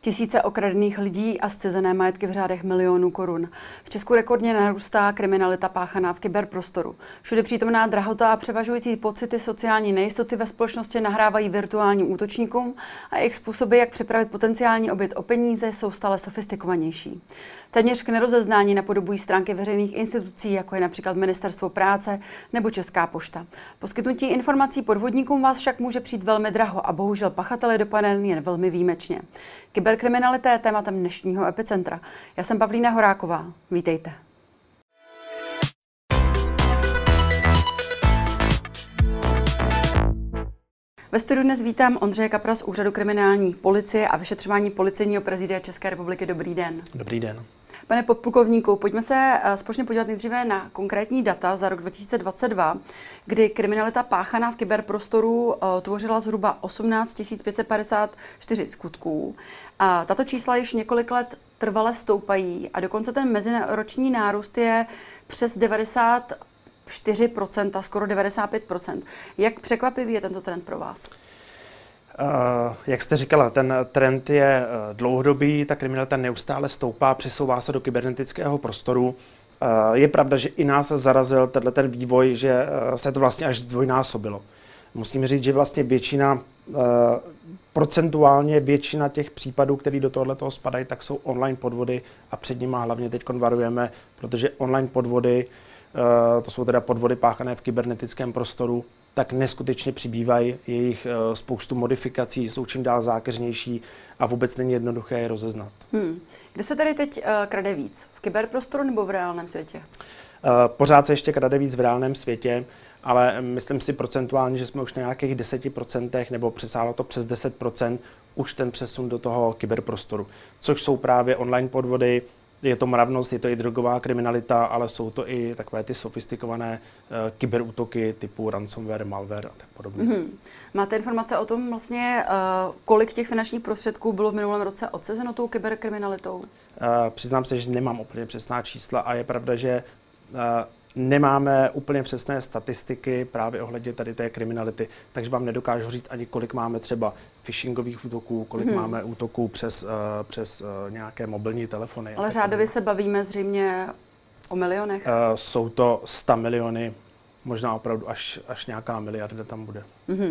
Tisíce okradených lidí a zcizené majetky v řádech milionů korun. V Česku rekordně narůstá kriminalita páchaná v kyberprostoru. Všude přítomná drahota a převažující pocity sociální nejistoty ve společnosti nahrávají virtuálním útočníkům a jejich způsoby, jak připravit potenciální oběť o peníze, jsou stále sofistikovanější. Téměř k nerozeznání napodobují stránky veřejných institucí, jako je například Ministerstvo práce nebo Česká pošta. Poskytnutí informací podvodníkům vás však může přijít velmi draho a bohužel pachateli dopadne jen velmi výjimečně. Kyberkriminalita je tématem dnešního Epicentra. Já jsem Pavlína Horáková. Vítejte. Ve studiu dnes vítám Ondřeje Kapra z Úřadu kriminální policie a vyšetřování Policejního prezidia České republiky. Dobrý den. Dobrý den. Pane podplukovníku, pojďme se společně podívat nejdříve na konkrétní data za rok 2022, kdy kriminalita páchaná v kyberprostoru tvořila zhruba 18 554 skutků. A tato čísla již několik let trvale stoupají a dokonce ten meziroční nárůst je přes 94%, skoro 95%. Jak překvapivý je tento trend pro vás? Jak jste říkala, ten trend je dlouhodobý, ta kriminalita neustále stoupá, přesouvá se do kybernetického prostoru. Je pravda, že i nás zarazil ten vývoj, že se to vlastně až zdvojnásobilo. Musím říct, že vlastně procentuálně většina těch případů, které do tohoto spadají, tak jsou online podvody a před nimi hlavně teď varujeme, protože online podvody, to jsou teda podvody páchané v kybernetickém prostoru, tak neskutečně přibývají, jejich spoustu modifikací, jsou čím dál zákeřnější a vůbec není jednoduché je rozeznat. Kde se tady teď krade víc? V kyberprostoru nebo v reálném světě? Pořád se ještě krade víc v reálném světě, ale myslím si procentuálně, že jsme už na nějakých 10% nebo přesáhlo to přes 10%, už ten přesun do toho kyberprostoru, což jsou právě online podvody. Je to mravnost, je to i drogová kriminalita, ale jsou to i takové ty sofistikované kyberútoky typu ransomware, malware a tak podobně. Máte informace o tom vlastně, kolik těch finančních prostředků bylo v minulém roce odsezeno tou kyberkriminalitou? Přiznám se, že nemám úplně přesná čísla a je pravda, že nemáme úplně přesné statistiky právě ohledně tady té kriminality, takže vám nedokážu říct ani kolik máme třeba phishingových útoků, kolik máme útoků přes nějaké mobilní telefony. Ale řádově se bavíme zřejmě o milionech? Jsou to 100 miliony, možná opravdu až nějaká miliarda tam bude.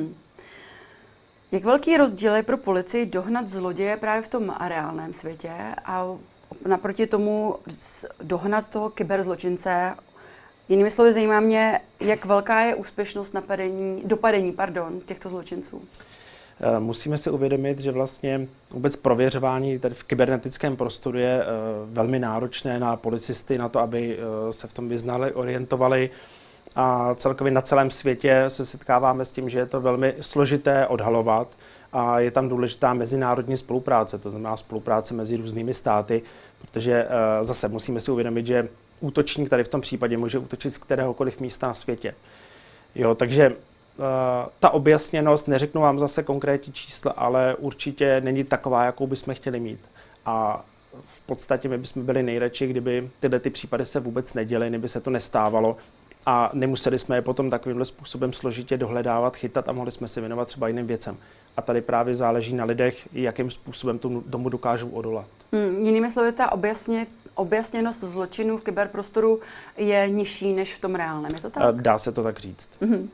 Jak velký rozdíl je pro policii dohnat zloděje právě v tom reálném světě a naproti tomu dohnat toho kyberzločince? Jinými slovy, zajímá mě, jak velká je úspěšnost dopadení těchto zločinců. Musíme si uvědomit, že vlastně vůbec prověřování tady v kybernetickém prostoru je velmi náročné na policisty, na to, aby se v tom vyznali, orientovali. A celkově na celém světě se setkáváme s tím, že je to velmi složité odhalovat a je tam důležitá mezinárodní spolupráce, to znamená spolupráce mezi různými státy, protože zase musíme si uvědomit, že útočník tady v tom případě může útočit z kteréhokoliv místa na světě. Jo, takže ta objasněnost, neřeknu vám zase konkrétní čísla, ale určitě není taková, jakou bychom chtěli mít. A v podstatě my bychom byli nejradši, kdyby tyhle ty případy se vůbec neděly, kdyby se to nestávalo a nemuseli jsme je potom takovýmhle způsobem složitě dohledávat, chytat a mohli jsme se věnovat třeba jiným věcem. A tady právě záleží na lidech, jakým způsobem tomu dokážou odolat. Jinými slovy, ta objasněnost zločinů v kyberprostoru je nižší než v tom reálném, je to tak? Dá se to tak říct.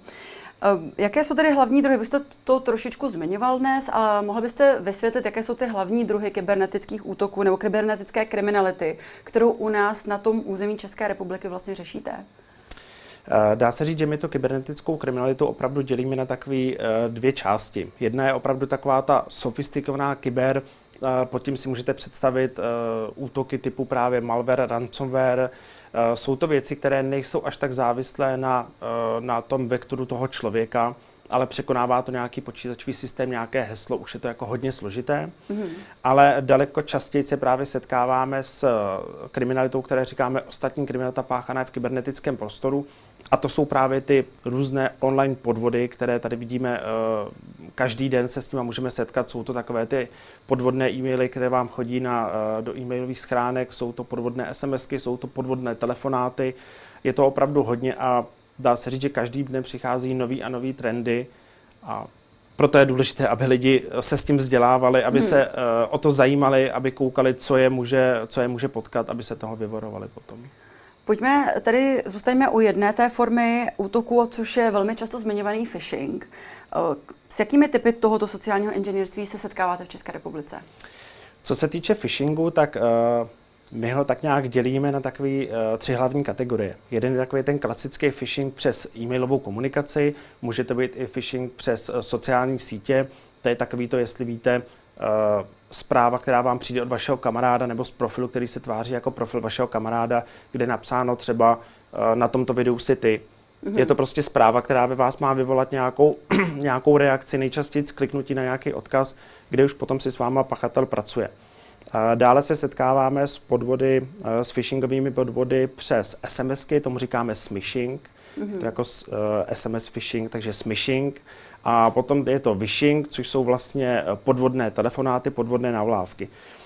Jaké jsou tedy hlavní druhy? Vy jste to trošičku zmiňoval dnes, ale mohl byste vysvětlit, jaké jsou ty hlavní druhy kybernetických útoků nebo kybernetické kriminality, kterou u nás na tom území České republiky vlastně řešíte? Dá se říct, že my tu kybernetickou kriminalitu opravdu dělíme na takové dvě části. Jedna je opravdu taková ta sofistikovaná kyber, pod tím si můžete představit útoky typu právě malware, ransomware. Jsou to věci, které nejsou až tak závislé na tom vektoru toho člověka, ale překonává to nějaký počítačový systém, nějaké heslo, už je to jako hodně složité. Ale daleko častěji se právě setkáváme s kriminalitou, které říkáme ostatní kriminalita páchaná v kybernetickém prostoru. A to jsou právě ty různé online podvody, které tady vidíme každý den, se s nimi můžeme setkat. Jsou to takové ty podvodné e-maily, které vám chodí do e-mailových schránek, jsou to podvodné SMSky, jsou to podvodné telefonáty. Je to opravdu hodně a dá se říct, že každý den přichází nový a nový trendy a proto je důležité, aby lidi se s tím vzdělávali, aby se o to zajímali, aby koukali, co je může potkat, aby se toho vyvarovali potom. Pojďme tady, zůstaňme u jedné té formy útoku, což je velmi často zmiňovaný phishing. S jakými typy tohoto sociálního inženýrství se setkáváte v České republice? Co se týče phishingu, tak my ho tak nějak dělíme na takové 3 hlavní kategorie. Jeden je takový ten klasický phishing přes e-mailovou komunikaci, může to být i phishing přes sociální sítě, to je takový to, jestli víte, zpráva, která vám přijde od vašeho kamaráda nebo z profilu, který se tváří jako profil vašeho kamaráda, kde je napsáno třeba na tomto videu si ty. Je to prostě zpráva, která ve vás má vyvolat nějakou reakci, nejčastěji kliknutí na nějaký odkaz, kde už potom si s váma pachatel pracuje. Dále se setkáváme s podvody, s phishingovými podvody přes SMSky, tomu říkáme smishing, to jako SMS phishing, takže smishing. A potom je to vishing, což jsou vlastně podvodné telefonáty, podvodné navolávky.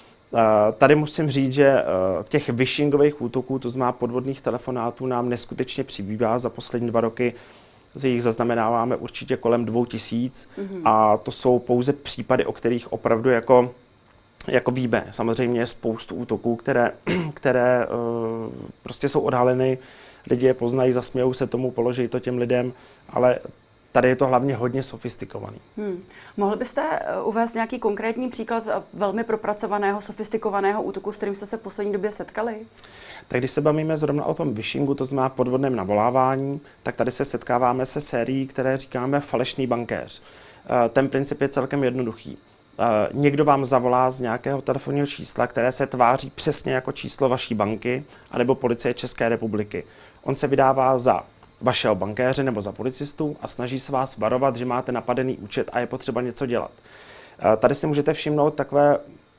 Tady musím říct, že těch vishingových útoků, to znamená podvodných telefonátů, nám neskutečně přibývá. Za poslední 2 roky jich zaznamenáváme určitě kolem 2000 a to jsou pouze případy, o kterých opravdu jako víme. Samozřejmě je spoustu útoků, které prostě jsou odhaleny, lidi je poznají, zasmějou se tomu, položí to těm lidem, ale tady je to hlavně hodně sofistikovaný. Mohl byste uvést nějaký konkrétní příklad velmi propracovaného, sofistikovaného útoku, s kterým jste se v poslední době setkali? Tak když se bavíme zrovna o tom vishingu, to znamená podvodném navolávání, tak tady se setkáváme se sérií, které říkáme falešný bankéř. Ten princip je celkem jednoduchý. Někdo vám zavolá z nějakého telefonního čísla, které se tváří přesně jako číslo vaší banky anebo policie České republiky. On se vydává za vašeho bankéře nebo za policistu a snaží se vás varovat, že máte napadený účet a je potřeba něco dělat. Tady si můžete všimnout takového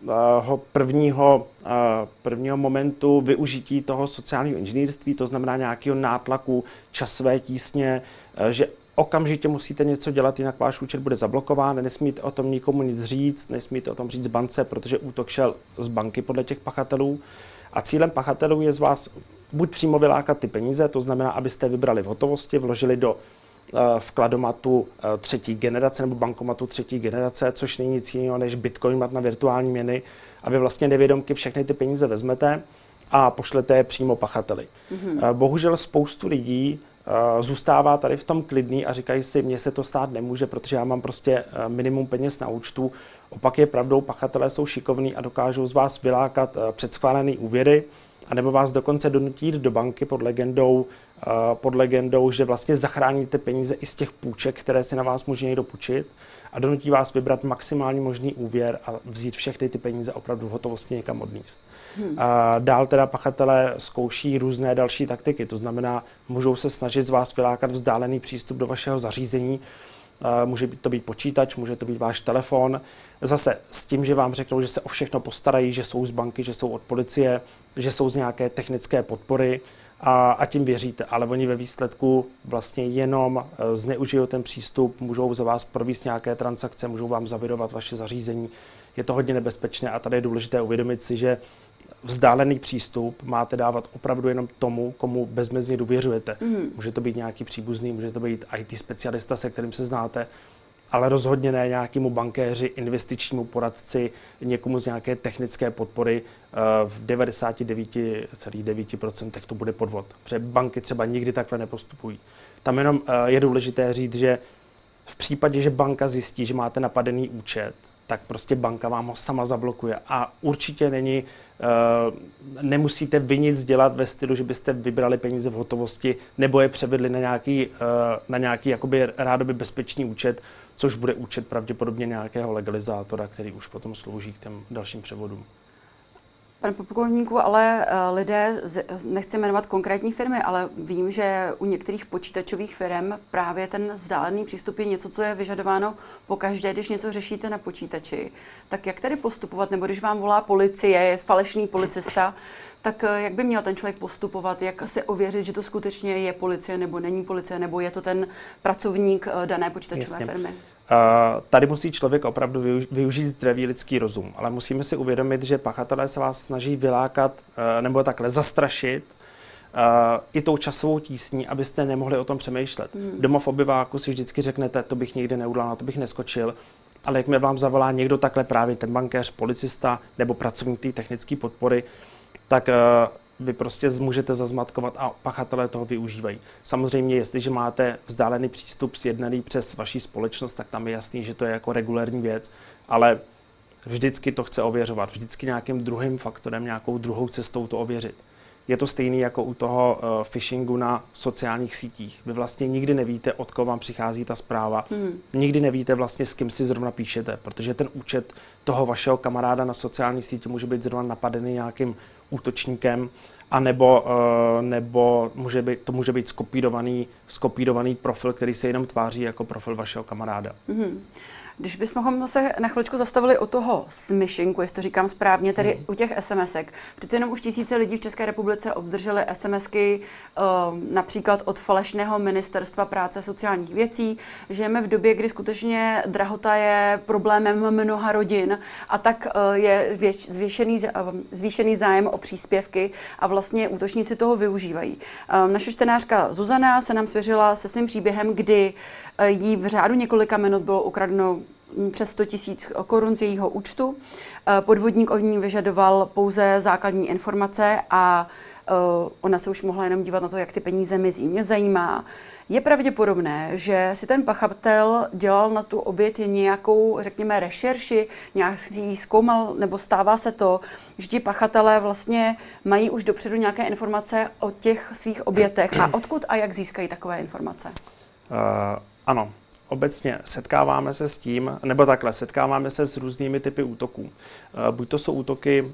prvního momentu využití toho sociálního inženýrství, to znamená nějakého nátlaku, časové tísně, že okamžitě musíte něco dělat, jinak váš účet bude zablokován, nesmíte o tom nikomu nic říct, nesmíte o tom říct bance, protože útok šel z banky podle těch pachatelů. A cílem pachatelů je z vás buď přímo vylákat ty peníze, to znamená, abyste vybrali v hotovosti, vložili do vkladomatu 3. generace nebo bankomatu 3. generace, což není nic jiného než Bitcoin na virtuální měny, a vy vlastně nevědomky všechny ty peníze vezmete a pošlete je přímo pachateli. Bohužel spoustu lidí zůstává tady v tom klidný a říkají si, mně se to stát nemůže, protože já mám prostě minimum peněz na účtu. Opak je pravdou, pachatelé jsou šikovní a dokážou z vás vylákat předschválené úvěry, anebo vás dokonce donutí jít do banky pod legendou, že vlastně zachráníte peníze i z těch půjček, které si na vás může někdo půjčit, a donutí vás vybrat maximální možný úvěr a vzít všechny ty peníze opravdu v hotovosti někam odníst. Dál teda pachatelé zkouší různé další taktiky, to znamená, můžou se snažit z vás vylákat vzdálený přístup do vašeho zařízení, může to být počítač, může to být váš telefon, zase s tím, že vám řeknou, že se o všechno postarají, že jsou z banky, že jsou od policie, že jsou z nějaké technické podpory, a tím věříte, ale oni ve výsledku vlastně jenom zneužijou ten přístup, můžou za vás provést nějaké transakce, můžou vám zavirovat vaše zařízení. Je to hodně nebezpečné a tady je důležité uvědomit si, že vzdálený přístup máte dávat opravdu jenom tomu, komu bezmezně důvěřujete. Může to být nějaký příbuzný, může to být IT specialista, se kterým se znáte, ale rozhodně ne nějakému bankéři, investičnímu poradci, někomu z nějaké technické podpory. V 99,9% to bude podvod, protože banky třeba nikdy takhle nepostupují. Tam jenom je důležité říct, že v případě, že banka zjistí, že máte napadený účet, tak prostě banka vám ho sama zablokuje. A určitě nemusíte vy nic dělat ve stylu, že byste vybrali peníze v hotovosti nebo je převedli na nějaký jakoby rádoby bezpečný účet, což bude účet pravděpodobně nějakého legalizátora, který už potom slouží k těm dalším převodům. Pane plukovníku, ale lidé, nechci jmenovat konkrétní firmy, ale vím, že u některých počítačových firm právě ten vzdálený přístup je něco, co je vyžadováno pokaždé, když něco řešíte na počítači. Tak jak tedy postupovat, nebo když vám volá policie, je falešný policista, tak jak by měl ten člověk postupovat, jak si ověřit, že to skutečně je policie nebo není policie, nebo je to ten pracovník dané počítačové firmy? Tady musí člověk opravdu využít zdravý lidský rozum, ale musíme si uvědomit, že pachatelé se vás snaží vylákat nebo takhle zastrašit i tou časovou tísní, abyste nemohli o tom přemýšlet. Doma v obyváku si vždycky řeknete, to bych nikdy neudělal, na to bych neskočil, ale jakmile vám zavolá někdo takhle, právě ten bankéř, policista nebo pracovník té technické podpory, tak vy prostě můžete zazmatkovat a pachatelé toho využívají. Samozřejmě, jestliže máte vzdálený přístup sjednaný přes vaši společnost, tak tam je jasný, že to je jako regulérní věc, ale vždycky to chce ověřovat, vždycky nějakým druhým faktorem, nějakou druhou cestou to ověřit. Je to stejný jako u toho phishingu na sociálních sítích. Vy vlastně nikdy nevíte, od koho vám přichází ta zpráva. Nikdy nevíte vlastně, s kým si zrovna píšete, protože ten účet toho vašeho kamaráda na sociálních sítích může být zrovna napadený nějakým útočníkem, nebo to může být skopírovaný profil, který se jenom tváří jako profil vašeho kamaráda. Když bychom se na chviličku zastavili u toho smishinku, jestli to říkám správně, tedy u těch SMSek. Přece jenom už tisíce lidí v České republice obdrželi SMSky například od falešného ministerstva práce a sociálních věcí. Žijeme v době, kdy skutečně drahota je problémem mnoha rodin a tak je zvýšený zájem o příspěvky a vlastně útočníci toho využívají. Naše čtenářka Zuzana se nám svěřila se svým příběhem, kdy jí v řádu několika minut bylo ukradeno přes 100 000 korun z jejího účtu. Podvodník od ní vyžadoval pouze základní informace a ona se už mohla jenom dívat na to, jak ty peníze mizí. Mě zajímá, je pravděpodobné, že si ten pachatel dělal na tu oběť nějakou, řekněme, rešerši, nějak si ji zkoumal, nebo stává se to, že ti pachatelé vlastně mají už dopředu nějaké informace o těch svých obětech a odkud a jak získají takové informace? Ano. Obecně setkáváme se s tím, nebo takhle, setkáváme se s různými typy útoků. Buď to jsou útoky,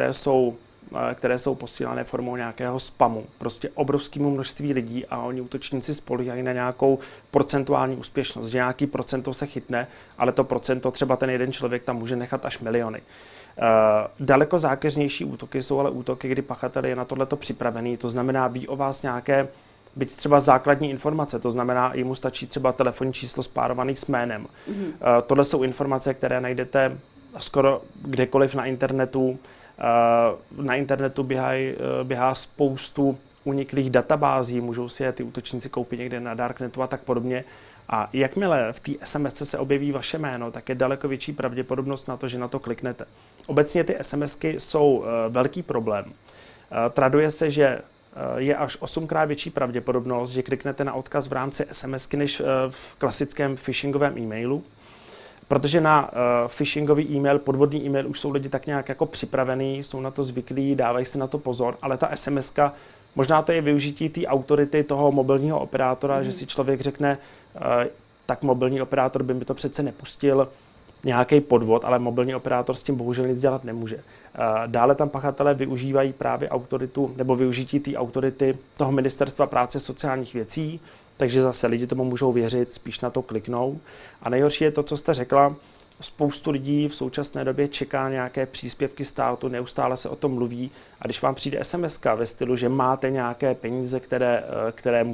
které jsou posílané formou nějakého spamu, prostě obrovskému množství lidí a oni útočníci spoléhají na nějakou procentuální úspěšnost, že nějaký procento se chytne, ale to procento, třeba ten jeden člověk tam může nechat až miliony. Daleko zákeřnější útoky jsou ale útoky, kdy pachatel je na tohleto připravený, to znamená ví o vás nějaké byť třeba základní informace, to znamená, jemu stačí třeba telefonní číslo spárovaný s jménem. Tohle jsou informace, které najdete skoro kdekoliv na internetu. Na internetu běhá spoustu uniklých databází, můžou si je ty útočníci koupit někde na Darknetu a tak podobně. A jakmile v té SMSce se objeví vaše jméno, tak je daleko větší pravděpodobnost na to, že na to kliknete. Obecně ty SMSky jsou velký problém. Traduje se, že je až 8krát větší pravděpodobnost, že kliknete na odkaz v rámci SMSky než v klasickém phishingovém e-mailu, protože na phishingový e-mail, podvodný e-mail už jsou lidi tak nějak jako připravený, jsou na to zvyklí, dávají si na to pozor, ale ta SMSka, možná to je využití té autority toho mobilního operátora, že si člověk řekne, tak mobilní operátor by mi to přece nepustil, nějaký podvod, ale mobilní operátor s tím bohužel nic dělat nemůže. Dále tam pachatelé využívají právě autoritu nebo využití té autority toho ministerstva práce sociálních věcí, takže zase lidi tomu můžou věřit, spíš na to kliknou. A nejhorší je to, co jste řekla, spoustu lidí v současné době čeká nějaké příspěvky státu, neustále se o tom mluví a když vám přijde SMS-ka ve stylu, že máte nějaké peníze, které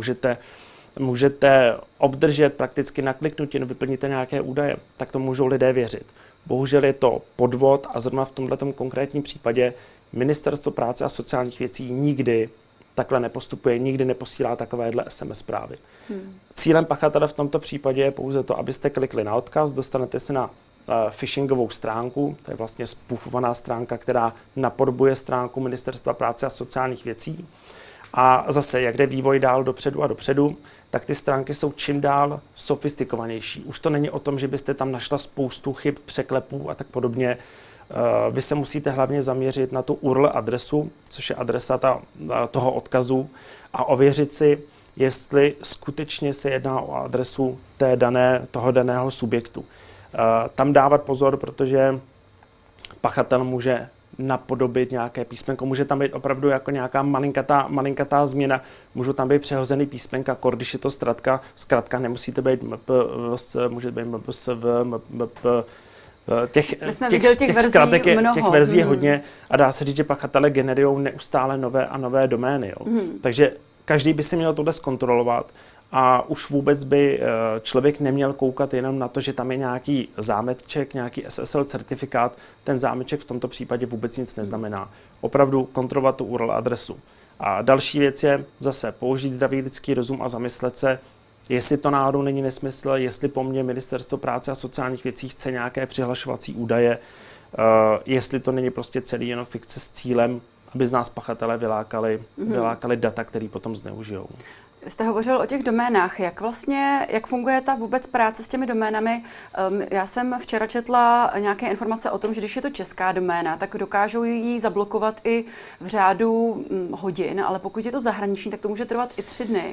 můžete obdržet prakticky na kliknutí, vyplníte nějaké údaje, tak to můžou lidé věřit. Bohužel je to podvod a zrovna v tomto konkrétním případě Ministerstvo práce a sociálních věcí nikdy takhle nepostupuje, nikdy neposílá takovéhle SMS zprávy. Cílem pachatele v tomto případě je pouze to, abyste klikli na odkaz, dostanete se na phishingovou stránku, to je vlastně spoofovaná stránka, která napodobuje stránku Ministerstva práce a sociálních věcí. A zase, jak jde vývoj dál dopředu a dopředu, tak ty stránky jsou čím dál sofistikovanější. Už to není o tom, že byste tam našla spoustu chyb, překlepů a tak podobně. Vy se musíte hlavně zaměřit na tu URL adresu, což je adresa toho odkazu, a ověřit si, jestli skutečně se jedná o adresu toho daného subjektu. Tam dávat pozor, protože pachatel může napodobit nějaké písmenko. Může tam být opravdu jako nějaká malinkatá změna. Můžou tam být přehozený písmenka, když je to zkratka nemusíte být může být těch zkratek těch verzí je hodně a dá se říct, že pachatelé generují neustále nové a nové domény. Jo. Takže každý by si měl tohle zkontrolovat a už vůbec by člověk neměl koukat jenom na to, že tam je nějaký zámeček, nějaký SSL certifikát. Ten zámeček v tomto případě vůbec nic neznamená. Opravdu kontrolovat tu URL adresu. A další věc je zase použít zdravý lidský rozum a zamyslet se, jestli to náhodou není nesmysl, jestli po mně Ministerstvo práce a sociálních věcí chce nějaké přihlašovací údaje, jestli to není prostě celý jenom fikce s cílem, aby z nás pachatelé vylákali data, které potom zneužijou. Jste hovořil o těch doménách. Jak funguje ta vůbec práce s těmi doménami? Já jsem včera četla nějaké informace o tom, že když je to česká doména, tak dokážou ji zablokovat i v řádu hodin, ale pokud je to zahraniční, tak to může trvat i 3 dny.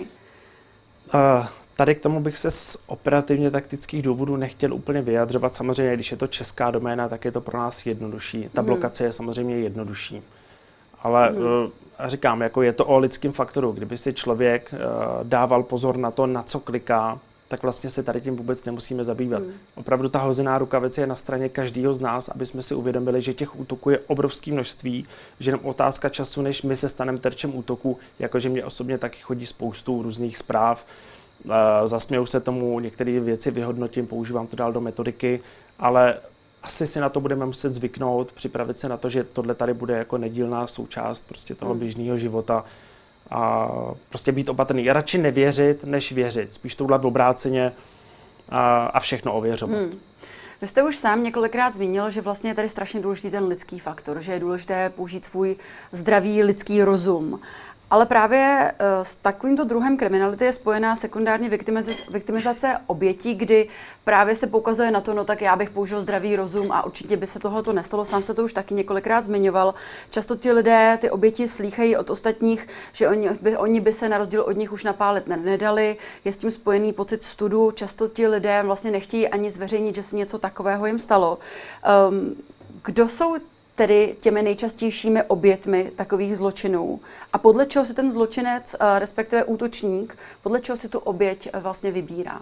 Tady k tomu bych se z operativně taktických důvodů nechtěl úplně vyjadřovat. Samozřejmě, když je to česká doména, tak je to pro nás jednodušší. Ta blokace je samozřejmě jednodušší. Ale říkám, jako je to o lidském faktoru. Kdyby si člověk dával pozor na to, na co kliká, tak vlastně se tady tím vůbec nemusíme zabývat. Opravdu ta hozená rukavice je na straně každého z nás, aby jsme si uvědomili, že těch útoků je obrovské množství, že jenom otázka času, než my se staneme terčem útoku, jakože mě osobně taky chodí spoustu různých zpráv. Zasměju se tomu, některé věci vyhodnotím, používám to dál do metodiky, ale asi si na to budeme muset zvyknout, připravit se na to, že tohle tady bude jako nedílná součást prostě toho běžného života a prostě být opatrný. Já radši nevěřit, než věřit. Spíš to udělat obráceně a všechno ověřovat. Vy jste už sám několikrát zmínil, že vlastně je tady strašně důležitý ten lidský faktor, že je důležité použít svůj zdravý lidský rozum. Ale právě s takovýmto druhem kriminality je spojená sekundární viktimizace obětí, kdy právě se poukazuje na to, no tak já bych použil zdravý rozum a určitě by se tohleto nestalo. Sám se to už taky několikrát zmiňoval. Často ti lidé, ty oběti slýchají od ostatních, že oni by se na rozdíl od nich už napálit nedali. Je s tím spojený pocit studu. Často ti lidé vlastně nechtějí ani zveřejnit, že se něco takového jim stalo. Kdo jsou tedy těmi nejčastějšími obětmi takových zločinů? A podle čeho si ten zločinec, respektive útočník, podle čeho si tu oběť vlastně vybírá?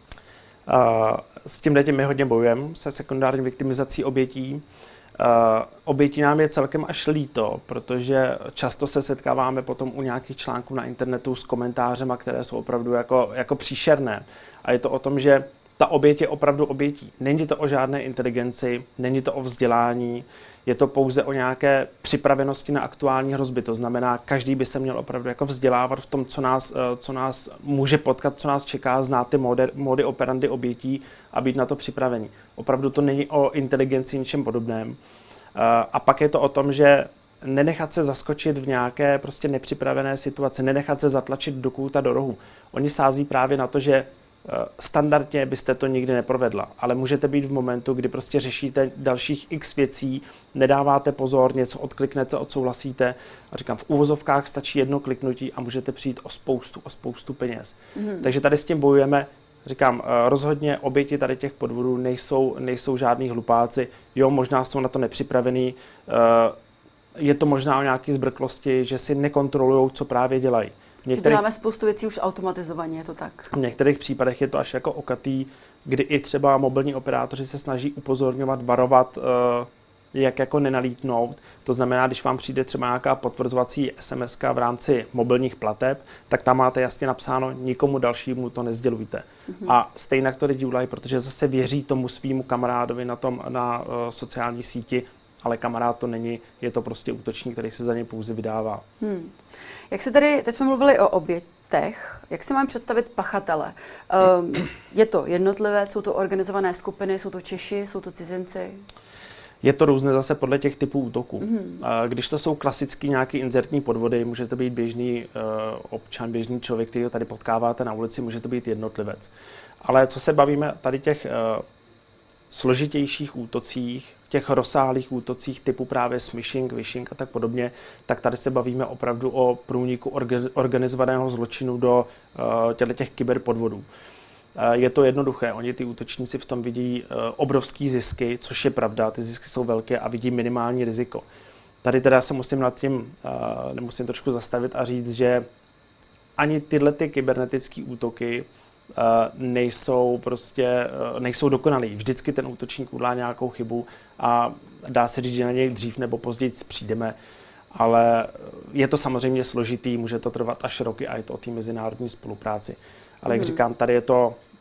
S tímhle my hodně bojujeme, se sekundární viktimizací obětí. Obětí nám je celkem až líto, protože často se setkáváme potom u nějakých článků na internetu s komentářema, které jsou opravdu jako příšerné. A je to o tom, že ta oběť je opravdu obětí. Není to o žádné inteligenci, není to o vzdělání, je to pouze o nějaké připravenosti na aktuální hrozby. To znamená, každý by se měl opravdu jako vzdělávat v tom, co nás může potkat, co nás čeká, znát ty mody operandy obětí a být na to připravený. Opravdu to není o inteligenci, ničem podobném. A pak je to o tom, že nenechat se zaskočit v nějaké prostě nepřipravené situaci, nenechat se zatlačit do kouta, do rohu. Oni sází právě na to, že standardně byste to nikdy neprovedla, ale můžete být v momentu, kdy prostě řešíte dalších x věcí, nedáváte pozor, něco odkliknete, odsouhlasíte a říkám, v uvozovkách stačí jedno kliknutí a můžete přijít o spoustu peněz. Takže tady s tím bojujeme. Říkám, rozhodně oběti tady těch podvodů nejsou žádný hlupáci. Jo, možná jsou na to nepřipravený. Je to možná o nějaké zbrklosti, že si nekontrolují, co právě dělají. Děláme spoustu věcí už automatizovaně, je to tak? V některých případech je to až jako okatý, kdy i třeba mobilní operátoři se snaží upozorňovat, varovat, jak jako nenalítnout. To znamená, když vám přijde třeba nějaká potvrzovací SMS-ka v rámci mobilních plateb, tak tam máte jasně napsáno, nikomu dalšímu to nesdělujte. A stejně to lidi udělají, protože zase věří tomu svýmu kamarádovi na sociální síti, ale kamarád to není, je to prostě útočník, který se za ně pouze vydává. Jak se teď jsme mluvili o obětech, jak si máme představit pachatele? Je to jednotlivé, jsou to organizované skupiny, jsou to Češi, jsou to cizinci? Je to různé zase podle těch typů útoků. Když to jsou klasický nějaký inzertní podvody, může to být běžný občan, běžný člověk, který ho tady potkáváte na ulici, může to být jednotlivec. Ale co se bavíme tady těch složitějších útocích, těch rozsáhlých útocích typu právě smishing, vishing a tak podobně, tak tady se bavíme opravdu o průniku organizovaného zločinu do těch kyberpodvodů. Je to jednoduché, oni ty útočníci v tom vidí obrovský zisky, což je pravda, ty zisky jsou velké a vidí minimální riziko. Tady teda se musím trošku zastavit a říct, že ani tyhle ty kybernetické útoky nejsou dokonalý. Vždycky ten útočník udělá nějakou chybu a dá se říct, že na něj dřív nebo později přijdeme, ale je to samozřejmě složitý, může to trvat až roky a je to o té mezinárodní spolupráci. Ale jak říkám, tady je to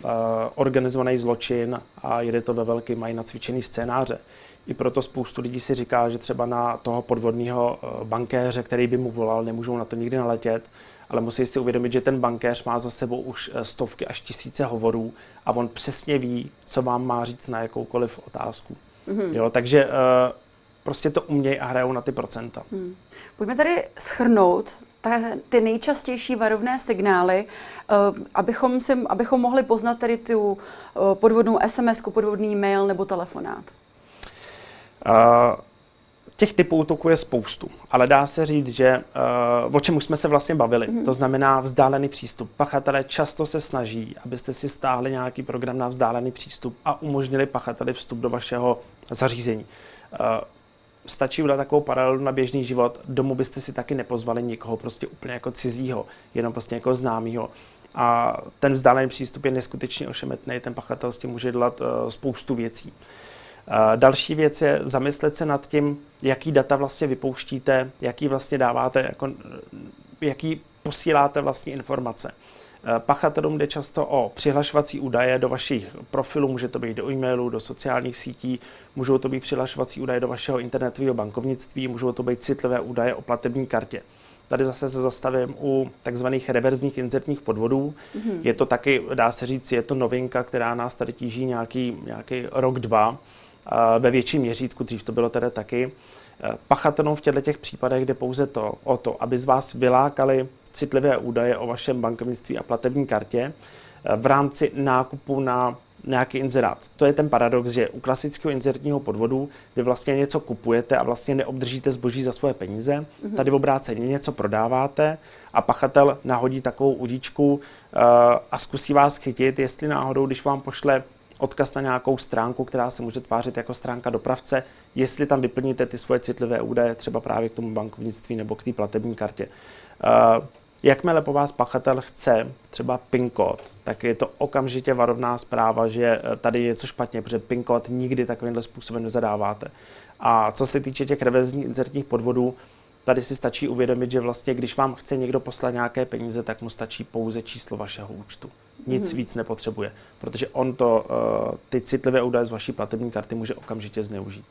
organizovaný zločin a jede to ve velkým, mají nacvičený scénáře. I proto spoustu lidí si říká, že třeba na toho podvodného bankéře, který by mu volal, nemůžou na to nikdy naletět, ale musí si uvědomit, že ten bankéř má za sebou už stovky až tisíce hovorů a on přesně ví, co vám má říct na jakoukoliv otázku. Jo, takže prostě to umějí a hrajou na ty procenta. Pojďme tady shrnout ty nejčastější varovné signály, abychom mohli poznat tady tu podvodnou SMS-ku, podvodný mail nebo telefonát. Těch typů útoků je spoustu, ale dá se říct, že o čem už jsme se vlastně bavili, to znamená vzdálený přístup. Pachatelé často se snaží, abyste si stáhli nějaký program na vzdálený přístup a umožnili pachateli vstup do vašeho zařízení. Stačí udělat takovou paralelu na běžný život, domů byste si taky nepozvali někoho prostě úplně jako cizího, jenom prostě někoho známýho. A ten vzdálený přístup je neskutečně ošemetný, ten pachatel s tím může dělat spoustu věcí. Další věc je zamyslet se nad tím, jaký data vlastně vypouštíte, jaký vlastně dáváte, jaký posíláte vlastně informace. Pachatelům jde často o přihlašovací údaje do vašich profilů, může to být do e-mailu, do sociálních sítí, můžou to být přihlašovací údaje do vašeho internetového bankovnictví, můžou to být citlivé údaje o platební kartě. Tady zase se zastavím u takzvaných reverzních inzertních podvodů. Je to taky, dá se říct, je to novinka, která nás tady tíží nějaký rok, dva, ve větším měřítku, dřív to bylo tedy taky. Pachatelům v těchto případech jde pouze o to, aby z vás vylákali citlivé údaje o vašem bankovnictví a platební kartě v rámci nákupu na nějaký inzerát. To je ten paradox, že u klasického inzertního podvodu vy vlastně něco kupujete a vlastně neobdržíte zboží za svoje peníze. Tady v obráceně něco prodáváte a pachatel nahodí takovou udíčku a zkusí vás chytit, jestli náhodou, když vám pošle odkaz na nějakou stránku, která se může tvářit jako stránka dopravce, jestli tam vyplníte ty svoje citlivé údaje, třeba právě k tomu bankovnictví nebo k té platební kartě. Jakmile po vás pachatel chce třeba PIN kód, tak je to okamžitě varovná zpráva, že tady je něco špatně, protože PIN kód nikdy takovýmhle způsobem nezadáváte. A co se týče těch reverzních inzertních podvodů, tady si stačí uvědomit, že vlastně, když vám chce někdo poslat nějaké peníze, tak mu stačí pouze číslo vašeho účtu. Nic víc nepotřebuje, protože on ty citlivé údaje z vaší platební karty může okamžitě zneužít.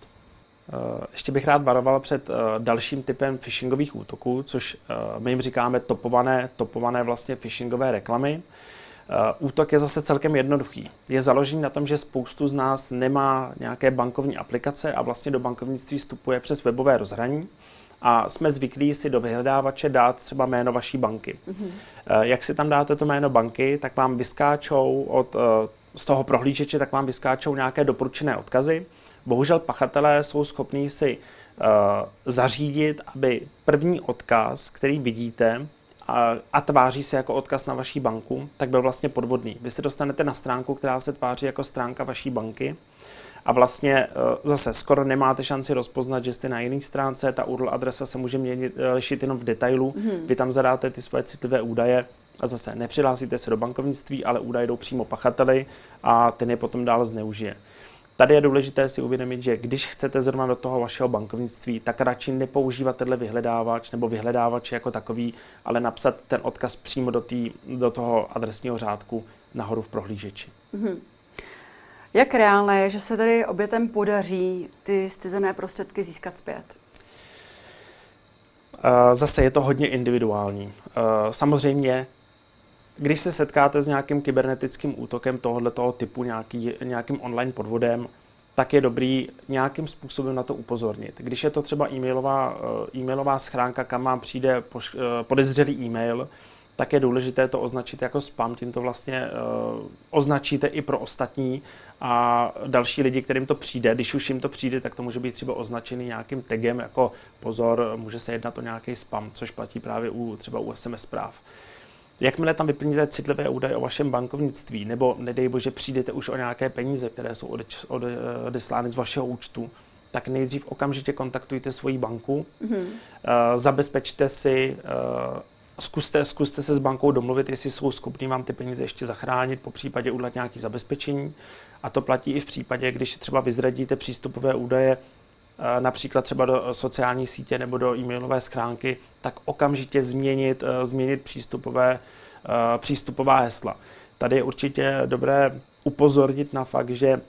Ještě bych rád varoval před dalším typem phishingových útoků, což my jim říkáme topované vlastně phishingové reklamy. Útok je zase celkem jednoduchý. Je založený na tom, že spoustu z nás nemá nějaké bankovní aplikace a vlastně do bankovnictví vstupuje přes webové rozhraní. A jsme zvyklí si do vyhledávače dát třeba jméno vaší banky. Jak si tam dáte to jméno banky, tak vám vyskáčou z toho prohlížeče, tak vám vyskáčou nějaké doporučené odkazy. Bohužel pachatelé jsou schopní si zařídit, aby první odkaz, který vidíte a tváří se jako odkaz na vaší banku, tak byl vlastně podvodný. Vy se dostanete na stránku, která se tváří jako stránka vaší banky, a vlastně zase skoro nemáte šanci rozpoznat, že jste na jiné stránce, ta URL adresa se může lišit jenom v detailu, vy tam zadáte ty svoje citlivé údaje a zase nepřihlásíte se do bankovnictví, ale údaje jdou přímo pachateli a ten je potom dál zneužije. Tady je důležité si uvědomit, že když chcete zrovna do toho vašeho bankovnictví, tak radši nepoužívat tenhle vyhledávač nebo vyhledávač jako takový, ale napsat ten odkaz přímo do toho adresního řádku nahoru v prohlížeči. Jak reálné je, že se tedy obětem podaří ty zcizené prostředky získat zpět? Zase je to hodně individuální. Samozřejmě, když se setkáte s nějakým kybernetickým útokem tohoto typu, nějakým online podvodem, tak je dobrý nějakým způsobem na to upozornit. Když je to třeba e-mailová schránka, kam vám přijde podezřelý e-mail, tak je důležité to označit jako spam, tím to vlastně označíte i pro ostatní a další lidi, kterým to přijde. Když už jim to přijde, tak to může být třeba označený nějakým tagem jako pozor, může se jednat o nějaký spam, což platí právě třeba u SMS zpráv. Jakmile tam vyplníte citlivé údaje o vašem bankovnictví, nebo nedej bože přijdete už o nějaké peníze, které jsou odeslány z vašeho účtu, tak nejdřív okamžitě kontaktujte svoji banku, zabezpečte si, zkuste se s bankou domluvit, jestli jsou schopní vám ty peníze ještě zachránit, po případě udělat nějaké zabezpečení. A to platí i v případě, když třeba vyzradíte přístupové údaje, například třeba do sociální sítě nebo do e-mailové schránky, tak okamžitě změnit přístupová hesla. tady je určitě dobré upozornit na fakt, že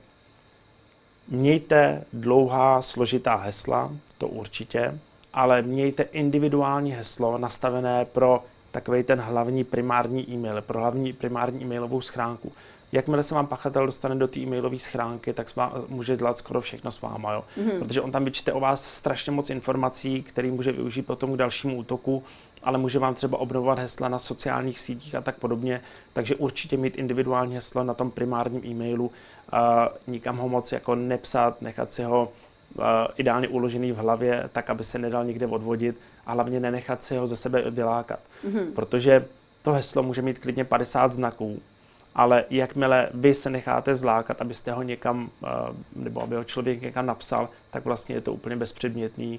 mějte dlouhá, složitá hesla, to určitě, ale mějte individuální heslo nastavené pro takový ten hlavní primární e-mail, pro hlavní primární e-mailovou schránku. Jakmile se vám pachatel dostane do té e-mailové schránky, tak může dělat skoro všechno s váma, jo? Protože on tam vyčte o vás strašně moc informací, který může využít potom k dalšímu útoku, ale může vám třeba obnovovat hesla na sociálních sítích a tak podobně, takže určitě mít individuální heslo na tom primárním e-mailu, nikam ho moc jako nepsat, nechat si ho ideálně uložený v hlavě, tak, aby se nedal nikde odvodit a hlavně nenechat si ho ze sebe vylákat, protože to heslo může mít klidně 50 znaků, ale jakmile vy se necháte zlákat, abyste ho někam, nebo aby ho člověk někam napsal, tak vlastně je to úplně bezpředmětný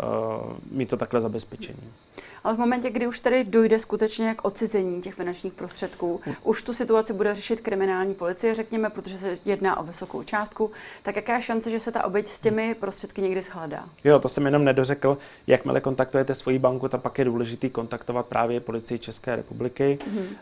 mít to takhle zabezpečení. Ale v momentě, kdy už tady dojde skutečně k odcizení těch finančních prostředků, už tu situaci bude řešit kriminální policie, řekněme, protože se jedná o vysokou částku, tak jaká je šance, že se ta oběť s těmi prostředky někdy shledá? Jo, to jsem jenom nedořekl. Jakmile kontaktujete svoji banku, tak pak je důležitý kontaktovat právě Policii České republiky.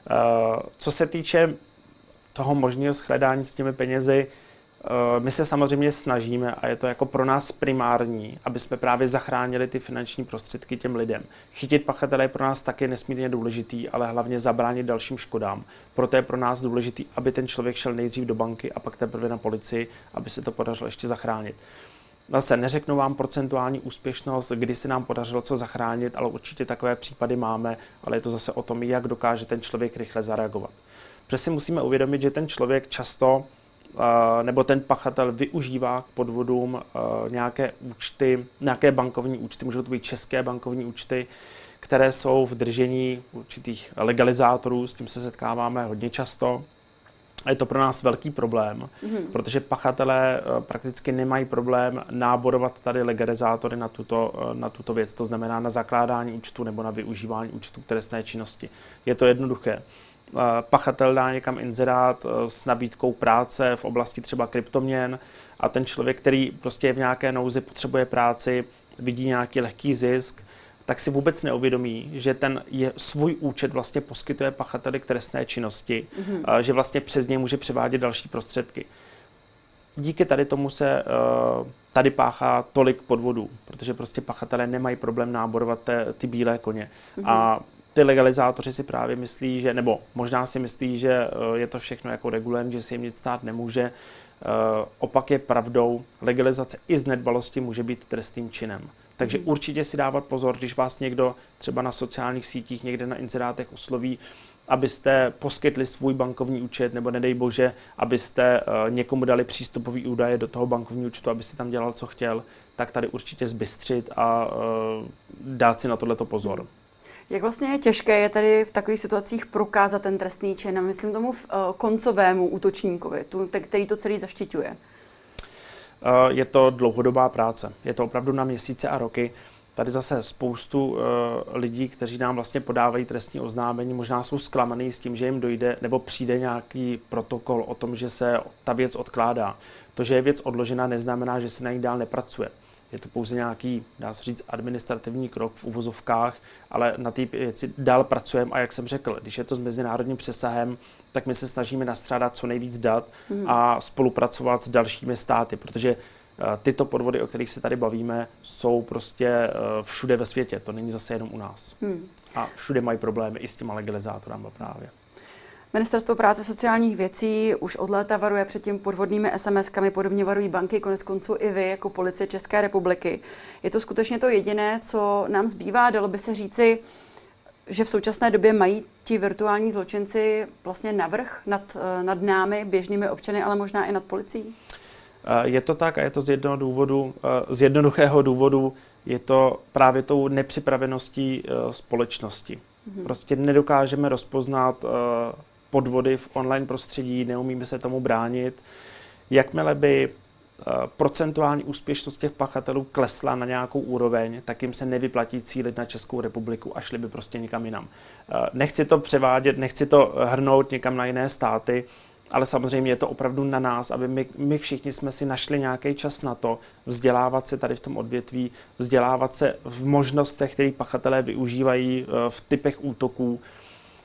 Co se týče toho možného shledání s těmi penězi, my se samozřejmě snažíme a je to jako pro nás primární, aby jsme právě zachránili ty finanční prostředky těm lidem. Chytit pachatele je pro nás taky nesmírně důležitý, ale hlavně zabránit dalším škodám. Proto je pro nás důležitý, aby ten člověk šel nejdřív do banky a pak teprve na policii, aby se to podařilo ještě zachránit. Zase neřeknu vám procentuální úspěšnost, kdy se nám podařilo co zachránit, ale určitě takové případy máme, ale je to zase o tom, jak dokáže ten člověk rychle zareagovat. Protože si musíme uvědomit, že ten člověk často nebo ten pachatel využívá k podvodům nějaké účty, nějaké bankovní účty, můžou to být české bankovní účty, které jsou v držení určitých legalizátorů, s tím se setkáváme hodně často. A je to pro nás velký problém, protože pachatelé prakticky nemají problém náborovat tady legalizátory na tuto věc, to znamená na zakládání účtu nebo na využívání účtu k trestné činnosti. Je to jednoduché. Pachatel dá někam inzerát s nabídkou práce v oblasti třeba kryptoměn a ten člověk, který prostě je v nějaké nouzi, potřebuje práci, vidí nějaký lehký zisk, tak si vůbec neuvědomí, že ten svůj účet vlastně poskytuje pachateli k trestné činnosti, že vlastně přes něj může převádět další prostředky. Díky tady tomu se tady páchá tolik podvodů, protože prostě pachatelé nemají problém náborovat ty bílé koně. A ty legalizátoři si právě myslí, že, nebo možná si myslí, že je to všechno jako regulérní, že se jim nic stát nemůže. Opak je pravdou, legalizace i z nedbalosti může být trestným činem. Takže určitě si dávat pozor, když vás někdo třeba na sociálních sítích, někde na inzerátech osloví, abyste poskytli svůj bankovní účet, nebo nedej bože, abyste někomu dali přístupový údaje do toho bankovního účtu, aby si tam dělal, co chtěl, tak tady určitě zbystřit a dát si na tohleto pozor. Jak vlastně je těžké je tady v takových situacích prokázat ten trestný čin? A myslím tomu koncovému útočníkovi, který to celý zaštiťuje. Je to dlouhodobá práce. Je to opravdu na měsíce a roky. Tady zase spoustu lidí, kteří nám vlastně podávají trestní oznámení, možná jsou zklamaný s tím, že jim dojde nebo přijde nějaký protokol o tom, že se ta věc odkládá. To, že je věc odložena, neznamená, že se na ní dál nepracuje. Je to pouze nějaký, dá se říct, administrativní krok v uvozovkách, ale na té věci dál pracujeme a jak jsem řekl, když je to s mezinárodním přesahem, tak my se snažíme nastřádat co nejvíc dat a spolupracovat s dalšími státy, protože tyto podvody, o kterých se tady bavíme, jsou prostě všude ve světě, to není zase jenom u nás. A všude mají problémy i s těma legalizátorama právě. Ministerstvo práce sociálních věcí už od léta varuje před tím podvodnými SMS-kami, podobně varují banky, konec konců i vy jako Policie České republiky. Je to skutečně to jediné, co nám zbývá? Dalo by se říci, že v současné době mají ti virtuální zločinci vlastně navrch nad námi, běžnými občany, ale možná i nad policií? Je to tak a je to z jednoduchého důvodu, je to právě tou nepřipraveností společnosti. Prostě nedokážeme rozpoznat podvody v online prostředí, neumíme se tomu bránit. Jakmile by procentuální úspěšnost těch pachatelů klesla na nějakou úroveň, tak jim se nevyplatí cílit na Českou republiku a šli by prostě někam jinam. Nechci to převádět, nechci to hrnout někam na jiné státy, ale samozřejmě je to opravdu na nás, aby my všichni jsme si našli nějaký čas na to, vzdělávat se tady v tom odvětví, vzdělávat se v možnostech, které pachatelé využívají v typech útoků.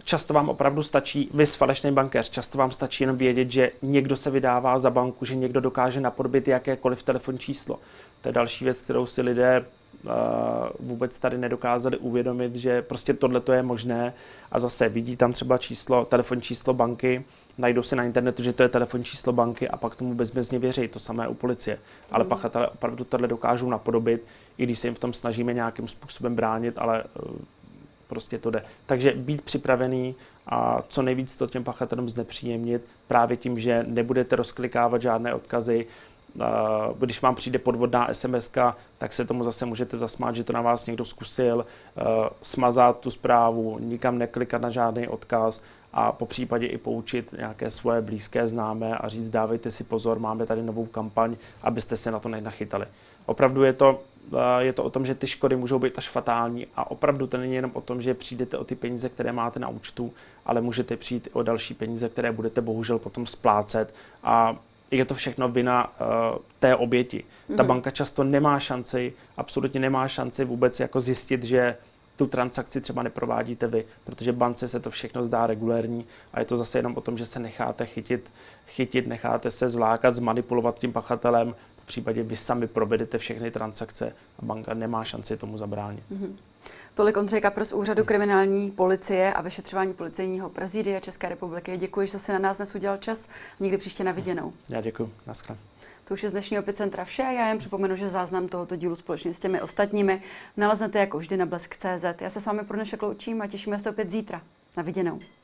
často vám opravdu stačí, vy falešný bankéř, často vám stačí jenom vědět, že někdo se vydává za banku, že někdo dokáže napodobit jakékoliv telefonní číslo. To je další věc, kterou si lidé vůbec tady nedokázali uvědomit, že prostě tohleto je možné a zase vidí tam třeba telefonní číslo banky, najdou si na internetu, že to je telefonní číslo banky a pak tomu bezmezně věří. To samé u policie. Ale pachatelé opravdu tohle dokážou napodobit, i když se jim v tom snažíme nějakým způsobem bránit, ale prostě to jde. Takže být připravený a co nejvíc to těm pachatelům znepříjemnit právě tím, že nebudete rozklikávat žádné odkazy. Když vám přijde podvodná SMS-ka, tak se tomu zase můžete zasmát, že to na vás někdo zkusil, smazat tu zprávu, nikam neklikat na žádný odkaz a po případě i poučit nějaké svoje blízké známé a říct, dávejte si pozor, máme tady novou kampaň, abyste se na to nenachytali. Opravdu je to o tom, že ty škody můžou být až fatální a opravdu to není jenom o tom, že přijdete o ty peníze, které máte na účtu, ale můžete přijít o další peníze, které budete bohužel potom splácet a je to všechno vina té oběti. Ta banka často nemá šanci, absolutně nemá šanci vůbec jako zjistit, že tu transakci třeba neprovádíte vy, protože bance se to všechno zdá regulérní a je to zase jenom o tom, že se necháte chytit, necháte se zlákat, zmanipulovat tím pachatelem, v případě vy sami provedete všechny transakce a banka nemá šanci tomu zabránit. Tolik Ondřej Kapr z Úřadu kriminální policie a vyšetřování policejního prezidia České republiky. Děkuji, že jsi na nás dnes udělal čas. Nikdy příště na viděnou. Já děkuji. Naschle. To už je z dnešního Epicentra vše. Já jen připomenu, že záznam tohoto dílu společně s těmi ostatními naleznete jako vždy na blesk.cz. Já se s vámi pro dnešek loučím a těšíme se opět zítra. Na viděnou.